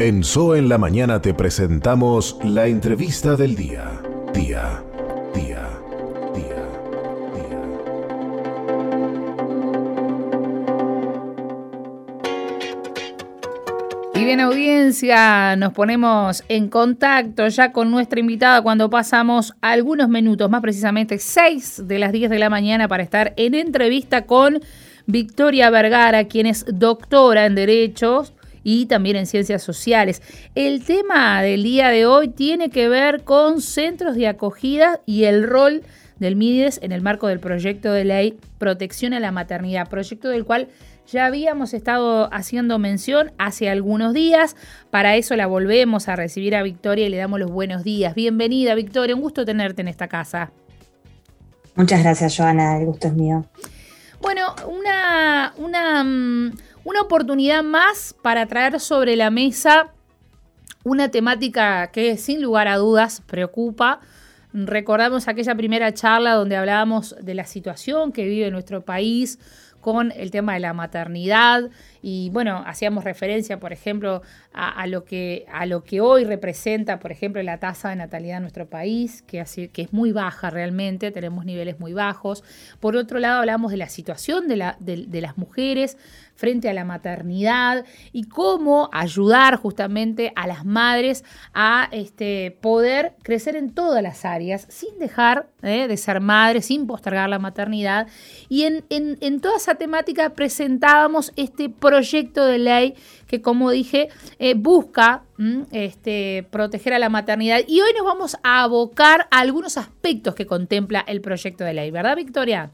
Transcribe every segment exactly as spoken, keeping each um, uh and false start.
En S O E en la Mañana te presentamos la entrevista del día. Día, día, día, día. Y bien, audiencia, nos ponemos en contacto ya con nuestra invitada cuando pasamos algunos minutos, más precisamente seis de las diez de la mañana, para estar en entrevista con Victoria Vergara, quien es doctora en Derechos y también en Ciencias Sociales. El tema del día de hoy tiene que ver con centros de acogida y el rol del MIDES en el marco del proyecto de ley Protección a la Maternidad, proyecto del cual ya habíamos estado haciendo mención hace algunos días. Para eso la volvemos a recibir a Victoria y le damos los buenos días. Bienvenida, Victoria, un gusto tenerte en esta casa. Muchas gracias, Joana, el gusto es mío. Bueno, una, una, una oportunidad más para traer sobre la mesa una temática que sin lugar a dudas preocupa. Recordamos aquella primera charla donde hablábamos de la situación que vive nuestro país con el tema de la maternidad y bueno, hacíamos referencia, por ejemplo, a, a, lo que, a lo que hoy representa, por ejemplo, la tasa de natalidad en nuestro país, que, así, que es muy baja realmente, tenemos niveles muy bajos. Por otro lado, hablamos de la situación de, la, de, de las mujeres frente a la maternidad y cómo ayudar justamente a las madres a este, poder crecer en todas las áreas sin dejar eh, de ser madres, sin postergar la maternidad. Y en, en, en toda esa temática presentábamos este proyecto de ley que, como dije, eh, busca mm, este, proteger a la maternidad. Y hoy nos vamos a abocar a algunos aspectos que contempla el proyecto de ley, ¿verdad, Victoria?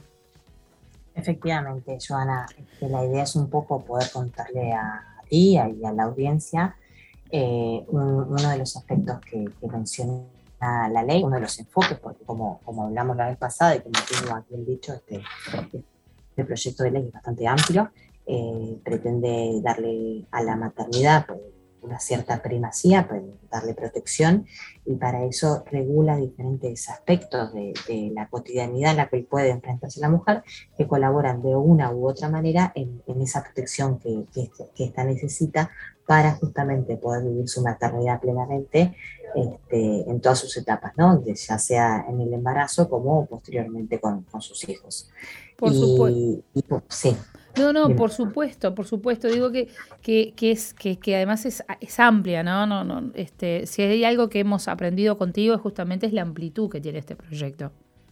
Efectivamente, Joana, este, la idea es un poco poder contarle a ti y a la audiencia eh, un, uno de los aspectos que, que menciona la ley, uno de los enfoques, porque como, como hablamos la vez pasada y como tengo aquí el dicho, este, este proyecto de ley es bastante amplio, eh, pretende darle a la maternidad pues, una cierta primacía, pues, darle protección, y para eso regula diferentes aspectos de, de la cotidianidad en la que puede enfrentarse la mujer, que colaboran de una u otra manera en, en esa protección que, que, que ésta necesita para justamente poder vivir su maternidad plenamente este, en todas sus etapas, ¿no? Ya sea en el embarazo como posteriormente con, con sus hijos. Por supuesto. Y, y, sí. No, no, por supuesto, por supuesto. Digo que, que, que, es, que, que además es, es amplia, ¿no? No, no este, si hay algo que hemos aprendido contigo, justamente es la amplitud que tiene este proyecto.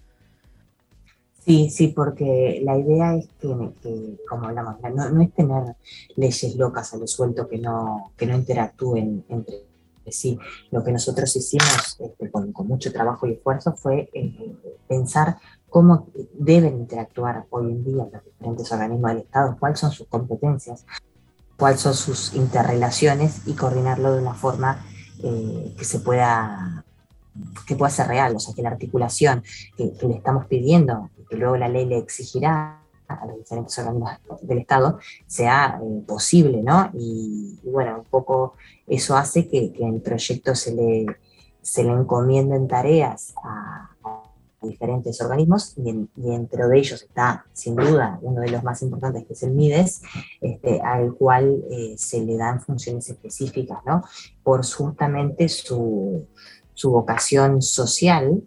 Sí, sí, porque la idea es que, que como hablamos, no, no es tener leyes locas a lo suelto que no, que no interactúen entre sí. Lo que nosotros hicimos este, con, con mucho trabajo y esfuerzo fue eh, pensar cómo deben interactuar hoy en día los diferentes organismos del Estado, cuáles son sus competencias, cuáles son sus interrelaciones y coordinarlo de una forma eh, que se pueda, que pueda ser real, o sea, que la articulación que, que le estamos pidiendo, que luego la ley le exigirá a los diferentes organismos del Estado, sea eh, posible, ¿no? Y, y bueno, un poco eso hace que, que en el proyecto se le, se le encomienden tareas a, a diferentes organismos, y, en, y entre de ellos está, sin duda, uno de los más importantes, que es el MIDES, este, al cual eh, se le dan funciones específicas, ¿no? Por justamente su, su vocación social,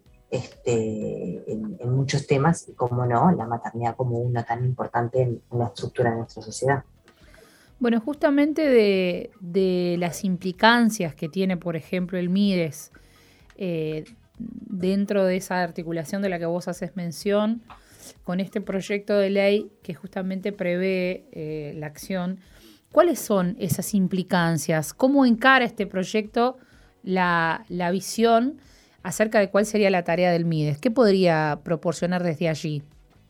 Este, en, en muchos temas, y como no, la maternidad como una tan importante en, en la estructura de nuestra sociedad. Bueno, justamente de, de las implicancias que tiene, por ejemplo, el MIDES eh, dentro de esa articulación de la que vos haces mención, con este proyecto de ley que justamente prevé eh, la acción, ¿cuáles son esas implicancias? ¿Cómo encara este proyecto la, la visión acerca de cuál sería la tarea del MIDES? ¿Qué podría proporcionar desde allí?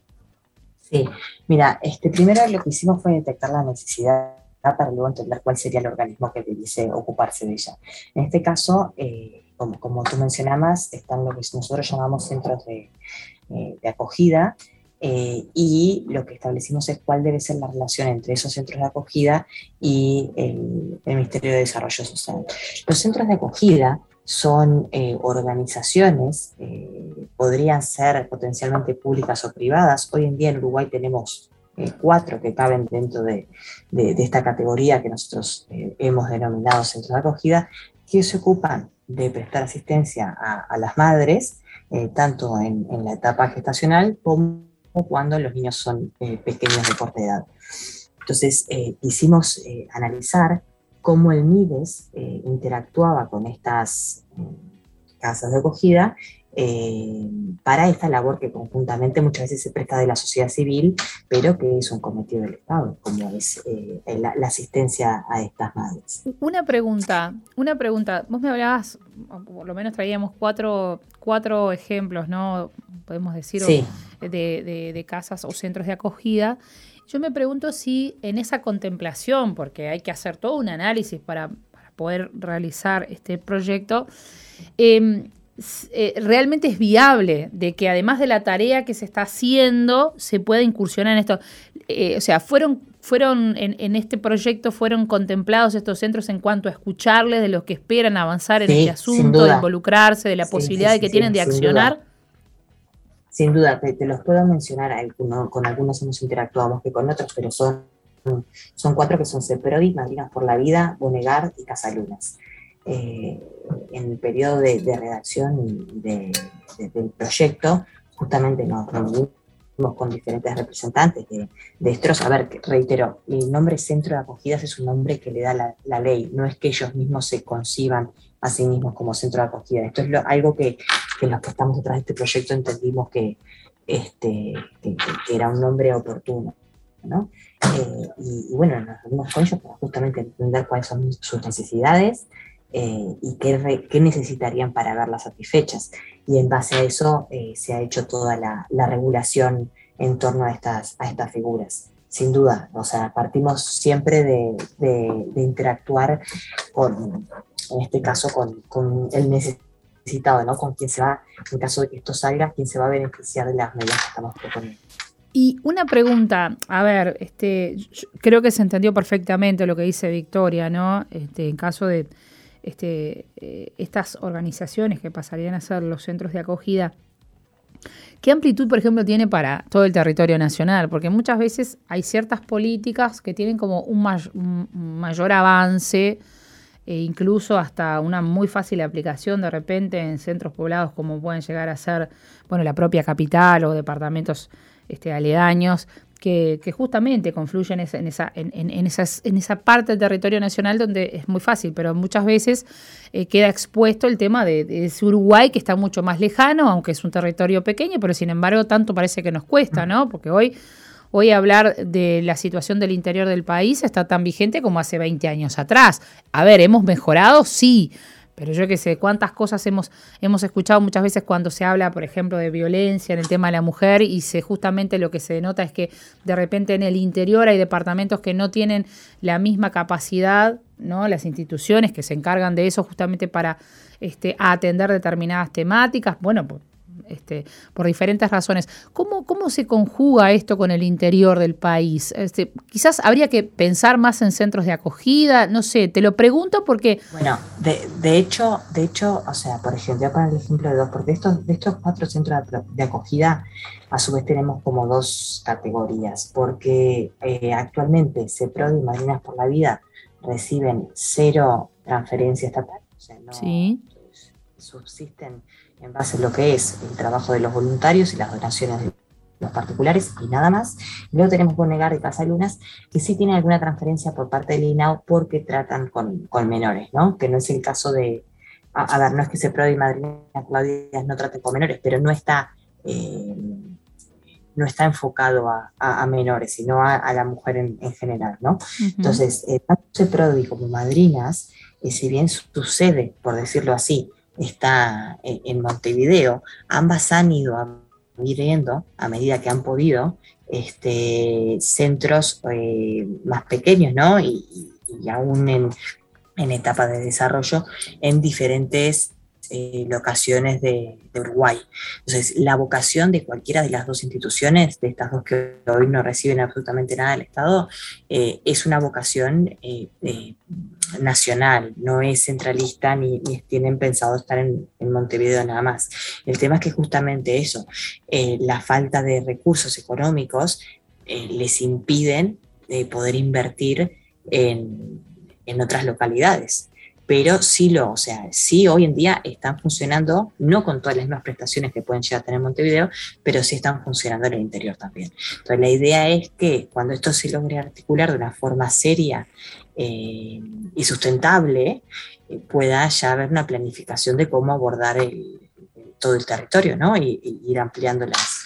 Sí, mira, este, primero lo que hicimos fue detectar la necesidad para luego entender cuál sería el organismo que debiese ocuparse de ella. En este caso, eh, como, como tú mencionabas, están lo que nosotros llamamos centros de, eh, de acogida, eh, y lo que establecimos es cuál debe ser la relación entre esos centros de acogida y el, el Ministerio de Desarrollo Social. Los centros de acogida son eh, organizaciones, eh, podrían ser potencialmente públicas o privadas. Hoy en día en Uruguay tenemos eh, cuatro que caben dentro de, de, de esta categoría que nosotros eh, hemos denominado centros de acogida, que se ocupan de prestar asistencia a, a las madres, eh, tanto en, en la etapa gestacional como cuando los niños son eh, pequeños de corta edad. Entonces, eh, quisimos eh, analizar cómo el MIDES eh, interactuaba con estas eh, casas de acogida eh, para esta labor que conjuntamente muchas veces se presta de la sociedad civil, pero que es un cometido del Estado, como es eh, la, la asistencia a estas madres. Una pregunta, una pregunta. Vos me hablabas, por lo menos traíamos cuatro, cuatro ejemplos, ¿no? Podemos decir, sí. de, de, de casas o centros de acogida. Yo me pregunto si en esa contemplación, porque hay que hacer todo un análisis para, para poder realizar este proyecto, eh, eh, realmente es viable de que además de la tarea que se está haciendo, se pueda incursionar en esto. Eh, o sea, fueron, fueron en, en este proyecto fueron contemplados estos centros en cuanto a escucharles de lo que esperan avanzar en sí, este asunto, de involucrarse, de la sí, posibilidad sí, sí, de que sí, tienen de accionar. Duda. Sin duda, te, te los puedo mencionar, algunos, con algunos hemos interactuado más que con otros, pero son, son cuatro que son CEPRODI, Madrinas por la Vida, Bonegar y Casalunas. Eh, en el periodo de, de redacción de, de, del proyecto, justamente nos reunimos con diferentes representantes de, de estos. A ver, reitero, el nombre Centro de Acogidas es un nombre que le da la, la ley, no es que ellos mismos se conciban a sí mismos como centro de acogida. Esto es lo, algo que, que los que estamos detrás de este proyecto entendimos que, este, que, que era un nombre oportuno, ¿no? Eh, y, y bueno, nos reunimos con ellos para justamente entender cuáles son sus necesidades eh, y qué, re, qué necesitarían para verlas satisfechas. Y en base a eso eh, se ha hecho toda la, la regulación en torno a estas, a estas figuras. Sin duda, o sea, partimos siempre de, de, de interactuar con, en este caso, con, con el necesitado, ¿no? Con quien se va, en caso de que esto salga, quien se va a beneficiar de las medidas que estamos proponiendo. Y una pregunta, a ver, este, creo que se entendió perfectamente lo que dice Victoria, ¿no? Este, en caso de este, eh, estas organizaciones que pasarían a ser los centros de acogida, ¿qué amplitud, por ejemplo, tiene para todo el territorio nacional? Porque muchas veces hay ciertas políticas que tienen como un, may- un mayor avance, e incluso hasta una muy fácil aplicación de repente en centros poblados como pueden llegar a ser, bueno, la propia capital o departamentos este, aledaños, que, que justamente confluyen en esa, en, en, en, esas, en esa parte del territorio nacional donde es muy fácil, pero muchas veces eh, queda expuesto el tema de, de ese Uruguay, que está mucho más lejano, aunque es un territorio pequeño, pero sin embargo tanto parece que nos cuesta, ¿no? Porque hoy, hoy hablar de la situación del interior del país está tan vigente como hace veinte años atrás. A ver, ¿hemos mejorado? Sí. Pero yo qué sé, cuántas cosas hemos, hemos escuchado muchas veces cuando se habla, por ejemplo, de violencia en el tema de la mujer, y se, justamente lo que se denota es que de repente en el interior hay departamentos que no tienen la misma capacidad, ¿no? Las instituciones que se encargan de eso justamente para este, atender determinadas temáticas, bueno, pues, Este, por diferentes razones. ¿Cómo, cómo se conjuga esto con el interior del país? Este, quizás habría que pensar más en centros de acogida, no sé, te lo pregunto porque... Bueno, de, de hecho, de hecho, o sea, por ejemplo, voy a poner el ejemplo de dos, porque de estos, de estos cuatro centros de, de acogida, a su vez tenemos como dos categorías, porque eh, actualmente CEPRODI y Madrinas por la Vida reciben cero transferencia estatal, o sea, no sí. subsisten en base a lo que es el trabajo de los voluntarios y las donaciones de los particulares y nada más. Luego tenemos Bonegar y Casalunas, que sí tienen alguna transferencia por parte del I N A U porque tratan con, con menores, ¿no? Que no es el caso de, a, a ver, no es que CEPRODI y Madrinas Claudias no traten con menores, pero no está, eh, no está enfocado a, a, a menores, sino a, a la mujer en, en general, ¿no? Uh-huh. Entonces, eh, tanto CEPRODI como Madrinas, eh, si bien sucede, por decirlo así, está en Montevideo, ambas han ido abriendo a medida que han podido este, centros eh, más pequeños, ¿no? Y, y aún en, en etapa de desarrollo en diferentes eh, locaciones de, de Uruguay. Entonces, la vocación de cualquiera de las dos instituciones, de estas dos que hoy no reciben absolutamente nada del Estado, eh, es una vocación eh, eh, nacional, no es centralista ni, ni tienen pensado estar en, en Montevideo nada más. El tema es que justamente eso, eh, la falta de recursos económicos eh, les impiden eh, poder invertir en, en otras localidades. Pero sí lo, o sea, sí hoy en día están funcionando, no con todas las mismas prestaciones que pueden llegar a tener Montevideo, pero sí están funcionando en el interior también. Entonces la idea es que cuando esto se logre articular de una forma seria eh, y sustentable, eh, pueda ya haber una planificación de cómo abordar el, todo el territorio, ¿no? Y, y ir ampliando las,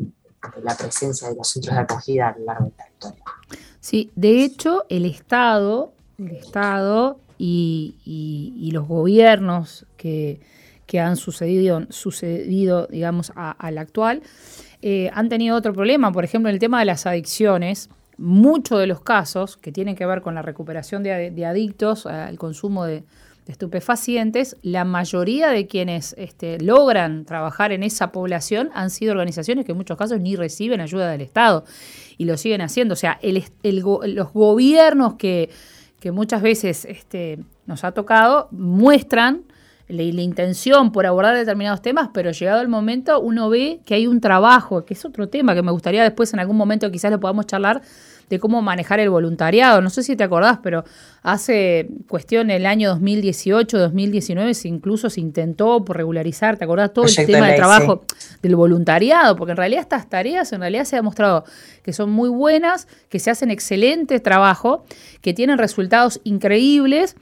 la presencia de los centros de acogida a lo largo del territorio. Sí, de hecho, el Estado, el Estado y, y, y los gobiernos que, que han sucedido, sucedido digamos, a, al actual, eh, han tenido otro problema. Por ejemplo, en el tema de las adicciones, muchos de los casos que tienen que ver con la recuperación de, de adictos al consumo de, de estupefacientes, la mayoría de quienes este, logran trabajar en esa población han sido organizaciones que en muchos casos ni reciben ayuda del Estado y lo siguen haciendo. O sea, el, el, los gobiernos que, que muchas veces este, nos ha tocado muestran la, la intención por abordar determinados temas, pero llegado el momento uno ve que hay un trabajo, que es otro tema que me gustaría después en algún momento quizás lo podamos charlar, de cómo manejar el voluntariado. No sé si te acordás, pero hace cuestión el año dos mil dieciocho, dos mil diecinueve, se incluso se intentó por regularizar, ¿te acordás? Todo Proyecto el tema del trabajo sí. del voluntariado, porque en realidad estas tareas en realidad se ha demostrado que son muy buenas, que se hacen excelente trabajo, que tienen resultados increíbles,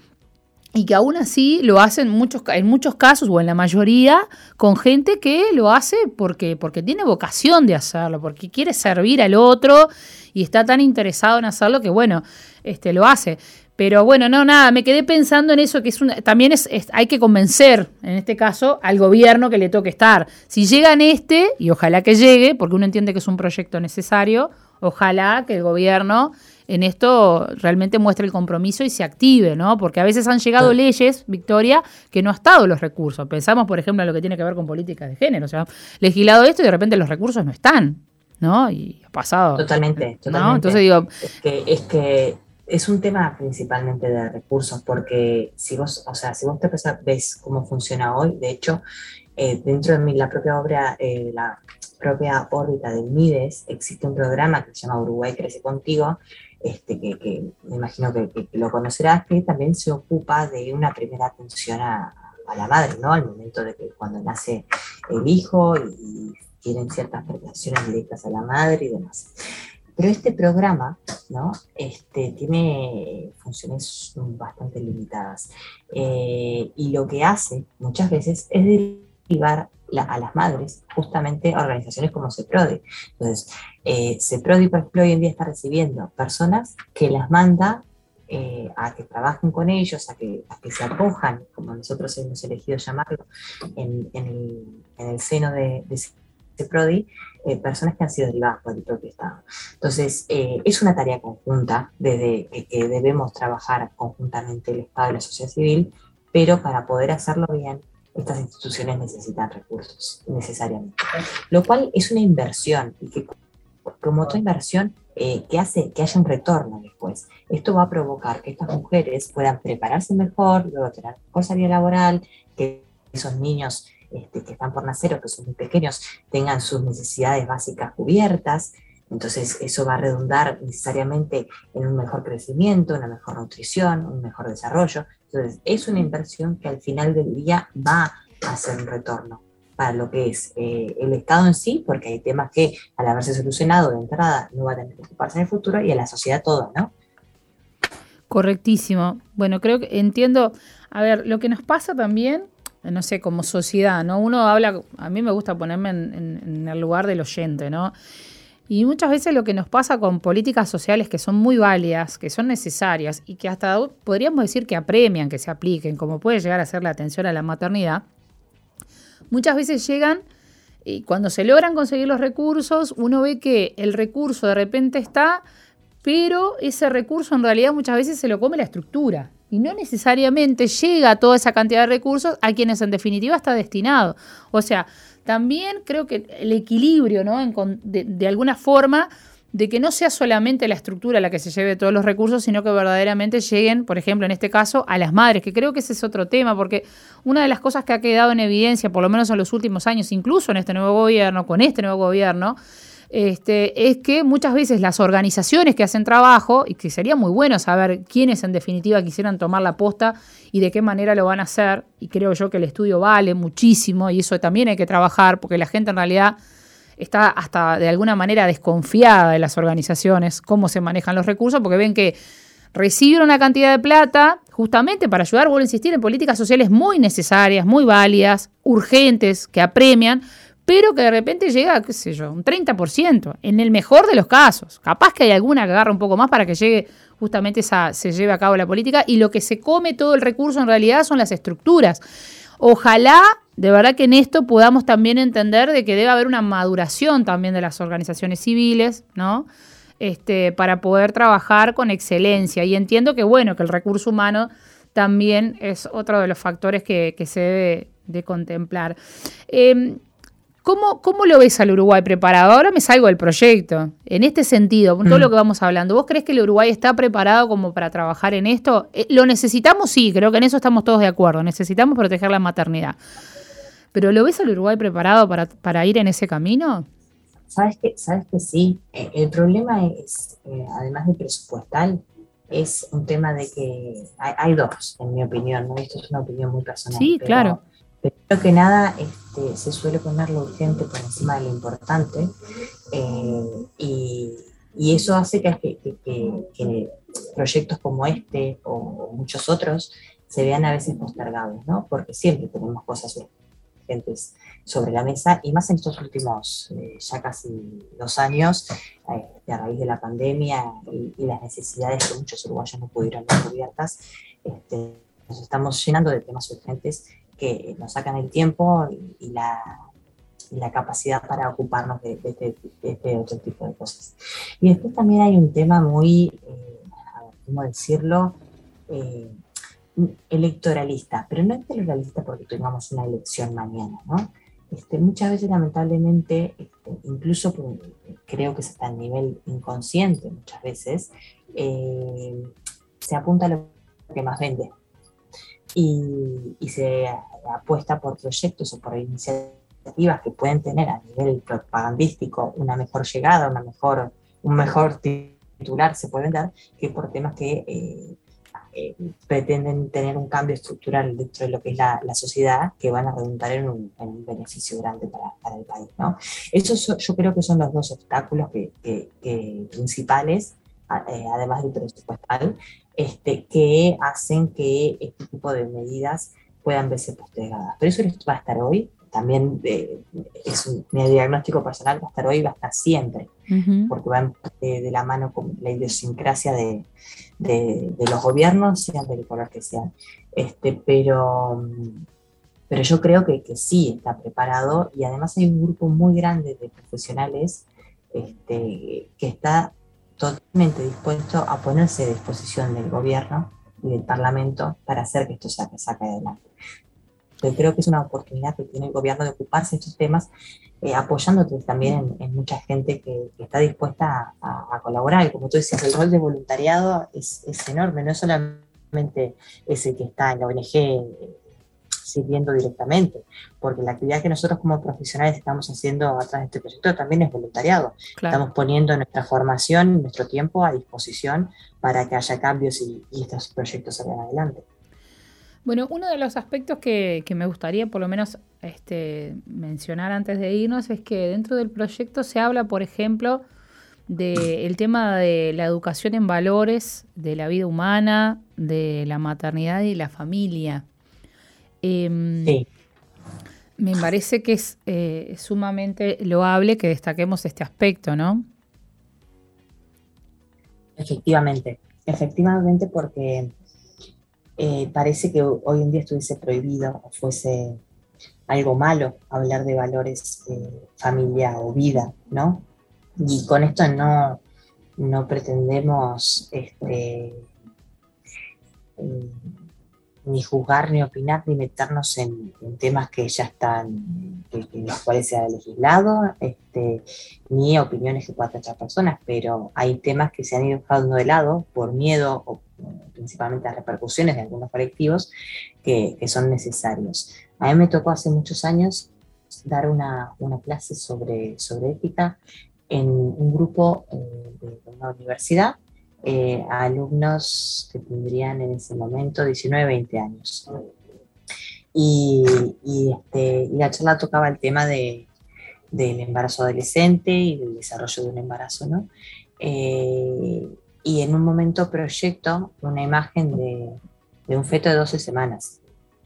y que aún así lo hacen muchos, en muchos casos, o en la mayoría, con gente que lo hace porque, porque tiene vocación de hacerlo, porque quiere servir al otro y está tan interesado en hacerlo que, bueno, este, lo hace. Pero bueno, no, nada, me quedé pensando en eso, que es una, también es, es, hay que convencer, en este caso, al gobierno que le toque estar. Si llega en este, y ojalá que llegue, porque uno entiende que es un proyecto necesario, ojalá que el gobierno en esto realmente muestre el compromiso y se active, ¿no? Porque a veces han llegado sí. leyes, Victoria, que no ha estado los recursos. Pensamos, por ejemplo, en lo que tiene que ver con políticas de género. O sea, legislado esto y de repente los recursos no están, ¿no? Y ha pasado. Totalmente, totalmente. ¿No? Entonces digo... Es que, es que es un tema principalmente de recursos, porque si vos, o sea, si vos te ves cómo funciona hoy, de hecho, eh, dentro de mi, la propia obra, eh, la propia órbita del MIDES, existe un programa que se llama Uruguay Crece Contigo, Este, que, que me imagino que, que, que lo conocerás, que también se ocupa de una primera atención a, a la madre, ¿no? Al momento de que cuando nace el hijo y, y tienen ciertas prestaciones directas a la madre y demás. Pero este programa, ¿no? Este, tiene funciones bastante limitadas. Eh, y lo que hace muchas veces es derivar La, a las madres, justamente a organizaciones como CEPRODI. Entonces, eh, CEPRODI, por ejemplo, hoy en día está recibiendo personas que las manda eh, a que trabajen con ellos, a que, a que se acojan, como nosotros hemos elegido llamarlo, en, en, el, en el seno de, de CEPRODI, eh, personas que han sido derivadas por el propio Estado. Entonces, eh, es una tarea conjunta, desde que, que debemos trabajar conjuntamente el Estado y la sociedad civil, pero para poder hacerlo bien, estas instituciones necesitan recursos necesariamente, lo cual es una inversión y que como toda inversión eh, que hace que haya un retorno después. Esto va a provocar que estas mujeres puedan prepararse mejor, luego tener mejor salida laboral, que esos niños este, que están por nacer o que son muy pequeños tengan sus necesidades básicas cubiertas. Entonces eso va a redundar necesariamente en un mejor crecimiento, una mejor nutrición, un mejor desarrollo. Entonces es una inversión que al final del día va a hacer un retorno para lo que es eh, el Estado en sí, porque hay temas que al haberse solucionado de entrada no va a tener que ocuparse en el futuro, y a la sociedad toda, ¿no? Correctísimo. Bueno, creo que entiendo, a ver, lo que nos pasa también, no sé, como sociedad, ¿no? Uno habla, a mí me gusta ponerme en, en, en el lugar del oyente, ¿no? Y muchas veces lo que nos pasa con políticas sociales que son muy válidas, que son necesarias y que hasta podríamos decir que apremian que se apliquen, como puede llegar a ser la atención a la maternidad, muchas veces llegan y cuando se logran conseguir los recursos, uno ve que el recurso de repente está, pero ese recurso en realidad muchas veces se lo come la estructura. Y no necesariamente llega toda esa cantidad de recursos a quienes en definitiva está destinado. O sea, también creo que el equilibrio, ¿no? En, de, de alguna forma, de que no sea solamente la estructura la que se lleve todos los recursos, sino que verdaderamente lleguen, por ejemplo, en este caso, a las madres, que creo que ese es otro tema, porque una de las cosas que ha quedado en evidencia, por lo menos en los últimos años, incluso en este nuevo gobierno, con este nuevo gobierno, este, es que muchas veces las organizaciones que hacen trabajo, y que sería muy bueno saber quiénes en definitiva quisieran tomar la posta y de qué manera lo van a hacer, y creo yo que el estudio vale muchísimo, y eso también hay que trabajar, porque la gente en realidad está hasta de alguna manera desconfiada de las organizaciones, cómo se manejan los recursos, porque ven que reciben una cantidad de plata justamente para ayudar, vuelvo a insistir, en políticas sociales muy necesarias, muy válidas, urgentes, que apremian, pero que de repente llega, qué sé yo, un treinta por ciento, en el mejor de los casos. Capaz que hay alguna que agarra un poco más para que llegue justamente esa, se lleve a cabo la política, y lo que se come todo el recurso en realidad son las estructuras. Ojalá, de verdad, que en esto podamos también entender de que debe haber una maduración también de las organizaciones civiles, ¿no? Este, para poder trabajar con excelencia. Y entiendo que, bueno, que el recurso humano también es otro de los factores que, que se debe de contemplar. Eh, ¿cómo, ¿Cómo lo ves al Uruguay preparado? Ahora me salgo del proyecto. En este sentido, con todo mm. lo que vamos hablando, ¿vos crees que el Uruguay está preparado como para trabajar en esto? Eh, ¿Lo necesitamos? Sí, creo que en eso estamos todos de acuerdo. Necesitamos proteger la maternidad. ¿Pero lo ves al Uruguay preparado para, para ir en ese camino? Sabes que, sabes que sí. El problema es, eh, además de presupuestal, es un tema de que hay, hay dos, en mi opinión, ¿no? Esto es una opinión muy personal. Sí, pero, claro. Primero que nada, este, se suele poner lo urgente por encima de lo importante, eh, y, y eso hace que, que, que, que proyectos como este o, o muchos otros se vean a veces postergados, ¿no? Porque siempre tenemos cosas urgentes sobre la mesa, y más en estos últimos eh, ya casi dos años, eh, a raíz de la pandemia y, y las necesidades que muchos uruguayos no pudieron ver cubiertas, este, nos estamos llenando de temas urgentes que nos sacan el tiempo y, y, la, y la capacidad para ocuparnos de, de, de, de este otro tipo de cosas. Y después también hay un tema muy, eh, ¿cómo decirlo?, eh, electoralista, pero no electoralista porque tengamos una elección mañana, ¿no? Este, muchas veces, lamentablemente, este, incluso creo que es hasta a nivel inconsciente, muchas veces, eh, se apunta a lo que más vende. Y, y se apuesta por proyectos o por iniciativas que pueden tener a nivel propagandístico una mejor llegada, una mejor, un mejor titular se puede vender, que por temas que eh, eh, pretenden tener un cambio estructural dentro de lo que es la, la sociedad, que van a redundar en un, en un beneficio grande para, para el país, ¿no? Esos so, yo creo que son los dos obstáculos que, que, que principales, eh, además del presupuestal, Este, que hacen que este tipo de medidas puedan verse postergadas. Pero eso va a estar hoy, también eh, es un, mi diagnóstico personal, va a estar hoy, va a estar siempre, uh-huh. porque va de, de la mano con la idiosincrasia de, de, de los gobiernos, sean del color que sean. Este, pero, pero yo creo que, que sí está preparado, y además hay un grupo muy grande de profesionales este, que está totalmente dispuesto a ponerse a disposición del gobierno y del Parlamento para hacer que esto se saque adelante. Yo creo que es una oportunidad que tiene el gobierno de ocuparse de estos temas, eh, apoyándote también en, en mucha gente que, que está dispuesta a, a colaborar. Y como tú decías, el rol de voluntariado es, es enorme, no es solamente ese que está en la O N G eh, sirviendo directamente, porque la actividad que nosotros como profesionales estamos haciendo a través de este proyecto también es voluntariado. Claro. Estamos poniendo nuestra formación, nuestro tiempo a disposición para que haya cambios y, y estos proyectos salgan adelante. Bueno, uno de los aspectos que, que me gustaría por lo menos este, mencionar antes de irnos es que dentro del proyecto se habla, por ejemplo, del tema de la educación en valores, de la vida humana, de la maternidad y la familia. Eh, sí. Me parece que es eh, sumamente loable que destaquemos este aspecto, ¿no? Efectivamente, efectivamente porque eh, parece que hoy en día estuviese prohibido o fuese algo malo hablar de valores de familia o vida, ¿no? Y con esto no, no pretendemos este, eh, ni juzgar, ni opinar, ni meternos en, en temas que ya están, que, en los cuales se ha legislado, este, ni opiniones que puedan tener otras personas, pero hay temas que se han ido dejando de lado por miedo, o principalmente a repercusiones de algunos colectivos, que, que son necesarios. A mí me tocó hace muchos años dar una, una clase sobre, sobre ética en un grupo eh, de una universidad eh, a alumnos que tendrían en ese momento diecinueve, veinte años. Y, y, este, y la charla tocaba el tema de, del embarazo adolescente y del desarrollo de un embarazo, ¿no? Eh, y en un momento proyecto una imagen de, de un feto de doce semanas.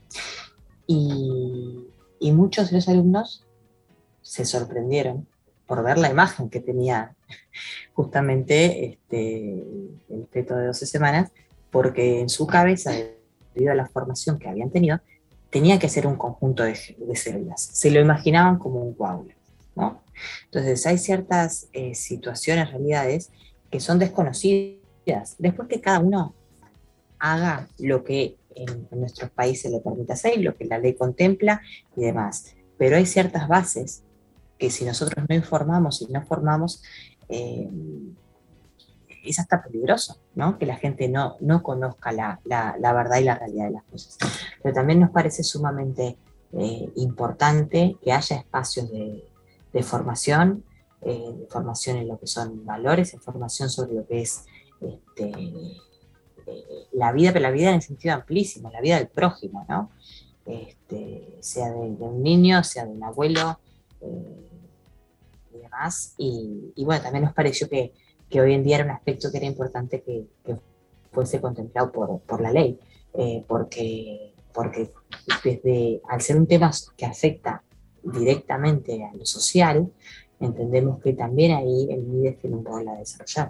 Y, y muchos de los alumnos se sorprendieron por ver la imagen que tenía justamente este, el feto de doce semanas, porque en su cabeza, debido a la formación que habían tenido, tenía que ser un conjunto de, de células. Se lo imaginaban como un coágulo, ¿no? Entonces hay ciertas eh, situaciones, realidades, que son desconocidas. Después que cada uno haga lo que en, en nuestros países le permite hacer, lo que la ley contempla y demás. Pero hay ciertas bases que si nosotros no informamos y no formamos, eh, es hasta peligroso, ¿no? Que la gente no, no conozca la, la, la verdad y la realidad de las cosas. Pero también nos parece sumamente eh, importante que haya espacios de, de formación, eh, de formación en lo que son valores, de formación sobre lo que es este, eh, la vida, pero la vida en el sentido amplísimo, la vida del prójimo, ¿no? Este, sea de, de un niño, sea de un abuelo, eh, y demás. Y, y bueno, también nos pareció que que hoy en día era un aspecto que era importante que, que fuese contemplado por, por la ley, eh, porque, porque desde, al ser un tema que afecta directamente a lo social, entendemos que también ahí el M I D E S tiene un rol a desarrollar.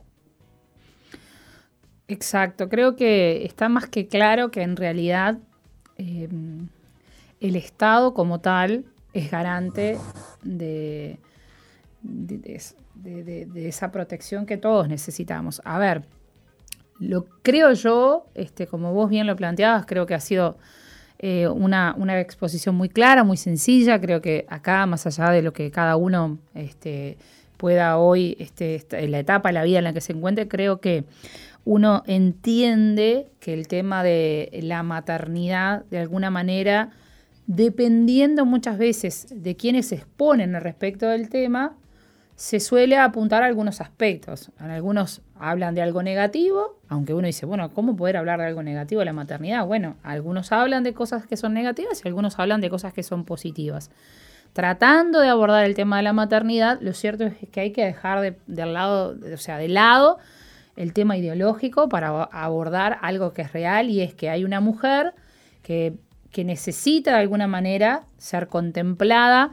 Exacto, creo que está más que claro que en realidad eh, el Estado como tal es garante de, de, de eso. De, de, de esa protección que todos necesitamos. A ver, lo creo yo, este, como vos bien lo planteabas, creo que ha sido eh, una, una exposición muy clara, muy sencilla. Creo que acá, más allá de lo que cada uno este, pueda hoy, este, en la etapa de la vida en la que se encuentre, creo que uno entiende que el tema de la maternidad, de alguna manera, dependiendo muchas veces de quienes se exponen al respecto del tema, se suele apuntar a algunos aspectos. Algunos hablan de algo negativo, aunque uno dice, bueno, ¿cómo poder hablar de algo negativo de la maternidad? Bueno, algunos hablan de cosas que son negativas y algunos hablan de cosas que son positivas. Tratando de abordar el tema de la maternidad, lo cierto es que hay que dejar de, de lado, o sea, de lado el tema ideológico para abordar algo que es real, y es que hay una mujer que, que necesita de alguna manera ser contemplada,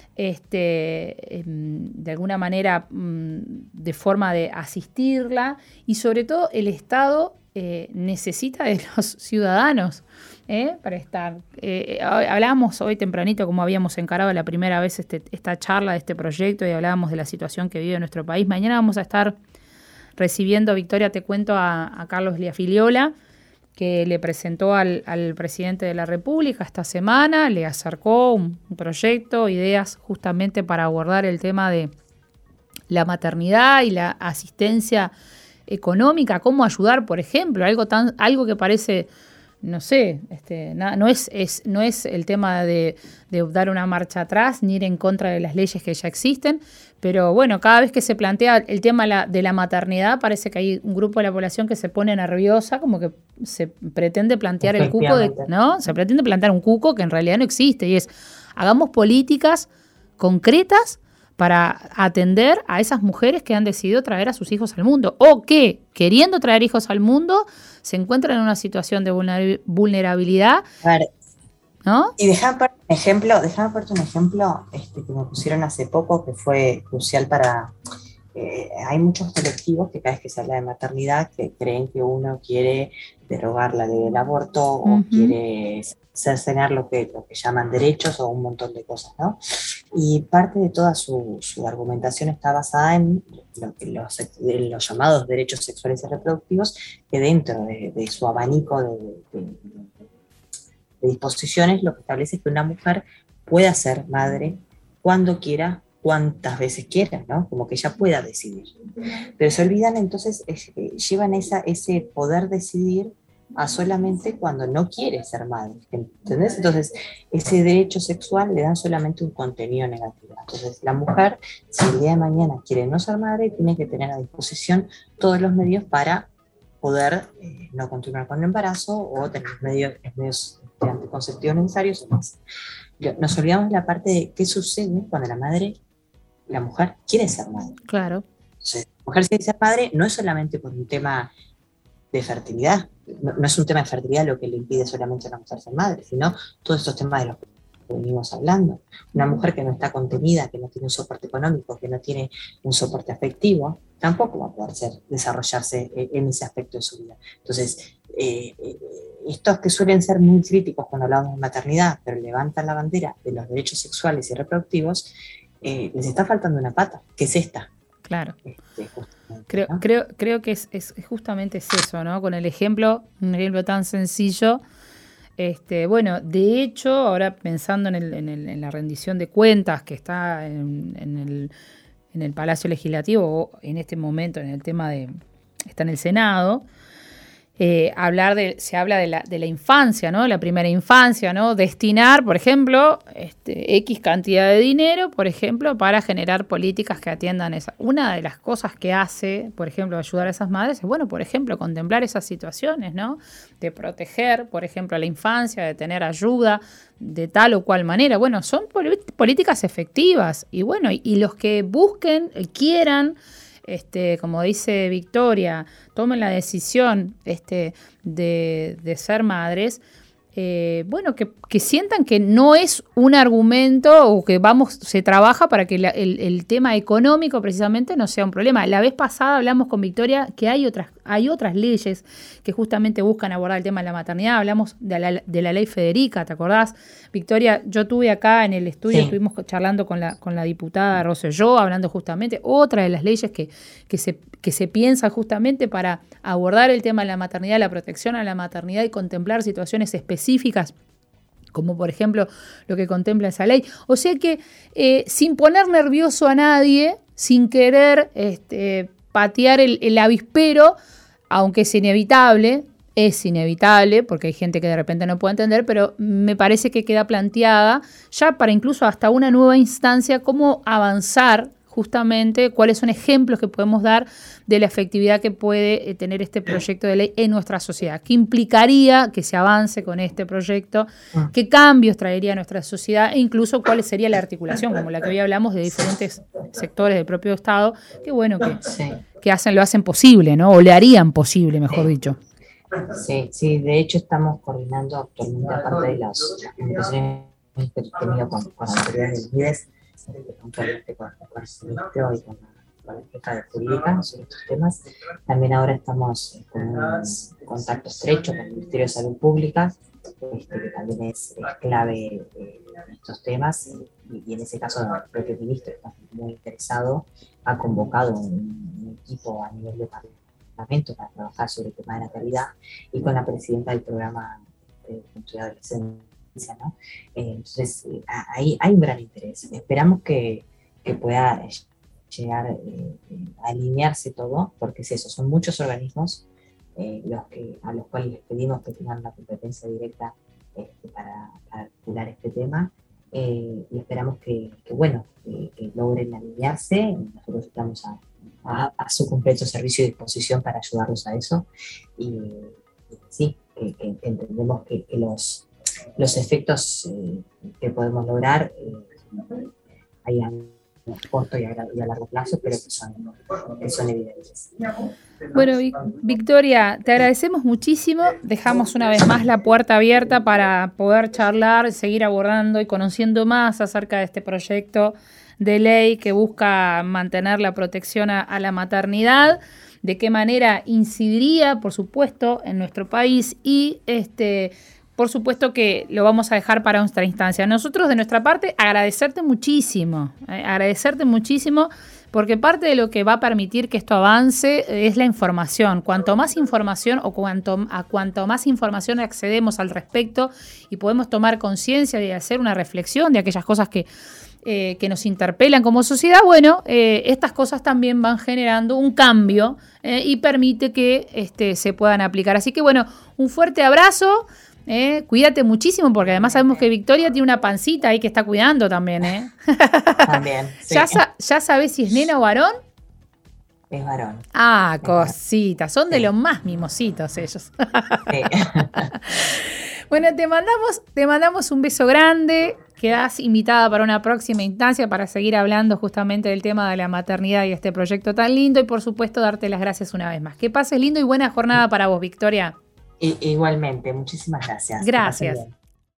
Este, de alguna manera de forma de asistirla, y sobre todo el Estado eh, necesita de los ciudadanos ¿eh? para estar. Eh, hablábamos hoy tempranito, como habíamos encarado la primera vez este, esta charla de este proyecto, y hablábamos de la situación que vive nuestro país. Mañana vamos a estar recibiendo, Victoria, te cuento, a, a Carlos Liafiliola, que le presentó al, al presidente de la República esta semana, le acercó un, un proyecto, ideas justamente para abordar el tema de la maternidad y la asistencia económica, cómo ayudar, por ejemplo, algo tan, algo que parece, no sé, este, na, no es, es, no es el tema de, de dar una marcha atrás ni ir en contra de las leyes que ya existen, pero bueno, cada vez que se plantea el tema la, de la maternidad, parece que hay un grupo de la población que se pone nerviosa, como que se pretende plantear el cuco, de, ¿no? Se pretende plantear un cuco que en realidad no existe, y es, hagamos políticas concretas para atender a esas mujeres que han decidido traer a sus hijos al mundo, o que, queriendo traer hijos al mundo, se encuentran en una situación de vulnerabilidad. A ver, ¿no? Y déjame poner un ejemplo, déjame ponerte un ejemplo este, que me pusieron hace poco, que fue crucial para... Eh, hay muchos colectivos que cada vez que se habla de maternidad que creen que uno quiere derogar la ley del aborto, uh-huh, o quiere cercenar lo que, lo que llaman derechos, o un montón de cosas, ¿no? Y parte de toda su, su argumentación está basada en, lo que los, en los llamados derechos sexuales y reproductivos, que dentro de, de su abanico de, de, de, de disposiciones lo que establece es que una mujer pueda ser madre cuando quiera, cuantas veces quiera, ¿no? Como que ella pueda decidir. Pero se olvidan entonces, es, eh, llevan esa, ese poder decidir a solamente cuando no quiere ser madre, ¿entendés? Entonces, ese derecho sexual le dan solamente un contenido negativo. Entonces, la mujer, si el día de mañana quiere no ser madre, tiene que tener a disposición todos los medios para poder eh, no continuar con el embarazo o tener los medios, los medios de anticonceptivos necesarios o más. Nos olvidamos de la parte de qué sucede cuando la madre, la mujer quiere ser madre. Claro. Entonces, la mujer quiere ser madre no es solamente por un tema de fertilidad, no, no es un tema de fertilidad lo que le impide solamente a la mujer ser madre, sino todos estos temas de los que venimos hablando. Una mujer que no está contenida, que no tiene un soporte económico, que no tiene un soporte afectivo, tampoco va a poder ser, desarrollarse en ese aspecto de su vida. Entonces, eh, eh, estos que suelen ser muy críticos cuando hablamos de maternidad, pero levantan la bandera de los derechos sexuales y reproductivos, eh, les está faltando una pata, que es esta. Claro. Este, creo, ¿no? creo, creo que es, es justamente es eso, ¿no? Con el ejemplo, un ejemplo tan sencillo. Este, bueno, de hecho, ahora pensando en, el, en, el, en la rendición de cuentas que está en, en, el, en el Palacio Legislativo, o en este momento en el tema de, está en el Senado, eh, hablar de, se habla de la, de la infancia, ¿no? La primera infancia, ¿no? Destinar, por ejemplo, este, X cantidad de dinero, por ejemplo, para generar políticas que atiendan esa. Una de las cosas que hace, por ejemplo, ayudar a esas madres es, bueno, por ejemplo, contemplar esas situaciones, ¿no? De proteger, por ejemplo, a la infancia, de tener ayuda de tal o cual manera. Bueno, son pol- políticas efectivas y bueno, y, y los que busquen, quieran, Este, como dice Victoria, tomen la decisión este, de, de ser madres, eh, bueno, que, que sientan que no es un argumento o que vamos, se trabaja para que la, el, el tema económico precisamente no sea un problema. La vez pasada hablamos con Victoria que hay otras, hay otras leyes que justamente buscan abordar el tema de la maternidad. Hablamos de la, de la ley Federica, ¿te acordás? Victoria, yo tuve acá en el estudio, sí. Estuvimos charlando con la, con la diputada Rosselló, hablando justamente otra de las leyes que, que, se, que se piensa justamente para abordar el tema de la maternidad, la protección a la maternidad y contemplar situaciones específicas, como por ejemplo lo que contempla esa ley. O sea que eh, sin poner nervioso a nadie, sin querer este, patear el, el avispero, aunque es inevitable, es inevitable, porque hay gente que de repente no puede entender, pero me parece que queda planteada ya para incluso hasta una nueva instancia cómo avanzar justamente, cuáles son ejemplos que podemos dar de la efectividad que puede tener este proyecto de ley en nuestra sociedad. ¿Qué implicaría que se avance con este proyecto? ¿Qué cambios traería a nuestra sociedad? E incluso cuál sería la articulación, como la que hoy hablamos, de diferentes sectores del propio Estado, que bueno, que, sí. que hacen, lo hacen posible, ¿no? O le harían posible, mejor sí. dicho. Sí, sí, de hecho estamos coordinando actualmente, aparte de las comunicaciones que hemos tenido con, con autoridades del I D E S, puntualmente con, con el ministro y con la, con la jefa de jurídica sobre estos temas. También ahora estamos con un contacto estrecho con el Ministerio de Salud Pública, este, que también es, es clave eh, en estos temas, y, y en ese caso el propio ministro está muy interesado, ha convocado un, un equipo a nivel de parlamento para trabajar sobre el tema de natalidad, y con la presidenta del programa de Juventud y Adolescencia, ¿no? Eh, entonces, eh, hay, hay un gran interés. Esperamos que, que pueda llegar eh, a alinearse todo, porque es eso, son muchos organismos eh, los que, a los cuales les pedimos que tengan una competencia directa este, para, para articular este tema, eh, y esperamos que, que bueno, que, que logren alinearse. Nosotros estamos a, a, a su completo servicio y disposición para ayudarlos a eso, y, y sí, que, que entendemos que, que los los efectos eh, que podemos lograr eh, hay a corto y a, y a largo plazo, pero que son, que son evidentes. Bueno, Victoria, te agradecemos muchísimo. Dejamos una vez más la puerta abierta para poder charlar, seguir abordando y conociendo más acerca de este proyecto de ley que busca mantener la protección a, a la maternidad, de qué manera incidiría, por supuesto, en nuestro país, y este por supuesto que lo vamos a dejar para nuestra instancia. Nosotros, de nuestra parte, agradecerte muchísimo, eh, agradecerte muchísimo, porque parte de lo que va a permitir que esto avance es la información. Cuanto más información o cuanto, a cuanto más información accedemos al respecto y podemos tomar conciencia y hacer una reflexión de aquellas cosas que, eh, que nos interpelan como sociedad, bueno, eh, estas cosas también van generando un cambio eh, y permite que este, se puedan aplicar. Así que bueno, un fuerte abrazo. Eh, cuídate muchísimo porque además sabemos que Victoria tiene una pancita ahí que está cuidando también. ¿eh? También, sí. ¿Ya, sa- ¿Ya sabés si es nena o varón? Es varón. Ah, Es varón. cositas. Son de Sí. los más mimositos ellos. Sí. Bueno, te mandamos, te mandamos un beso grande. Quedás invitada para una próxima instancia para seguir hablando justamente del tema de la maternidad y este proyecto tan lindo. Y por supuesto, darte las gracias una vez más. Que pases lindo y buena jornada para vos, Victoria. I- igualmente, muchísimas gracias. Que pasen Gracias. bien.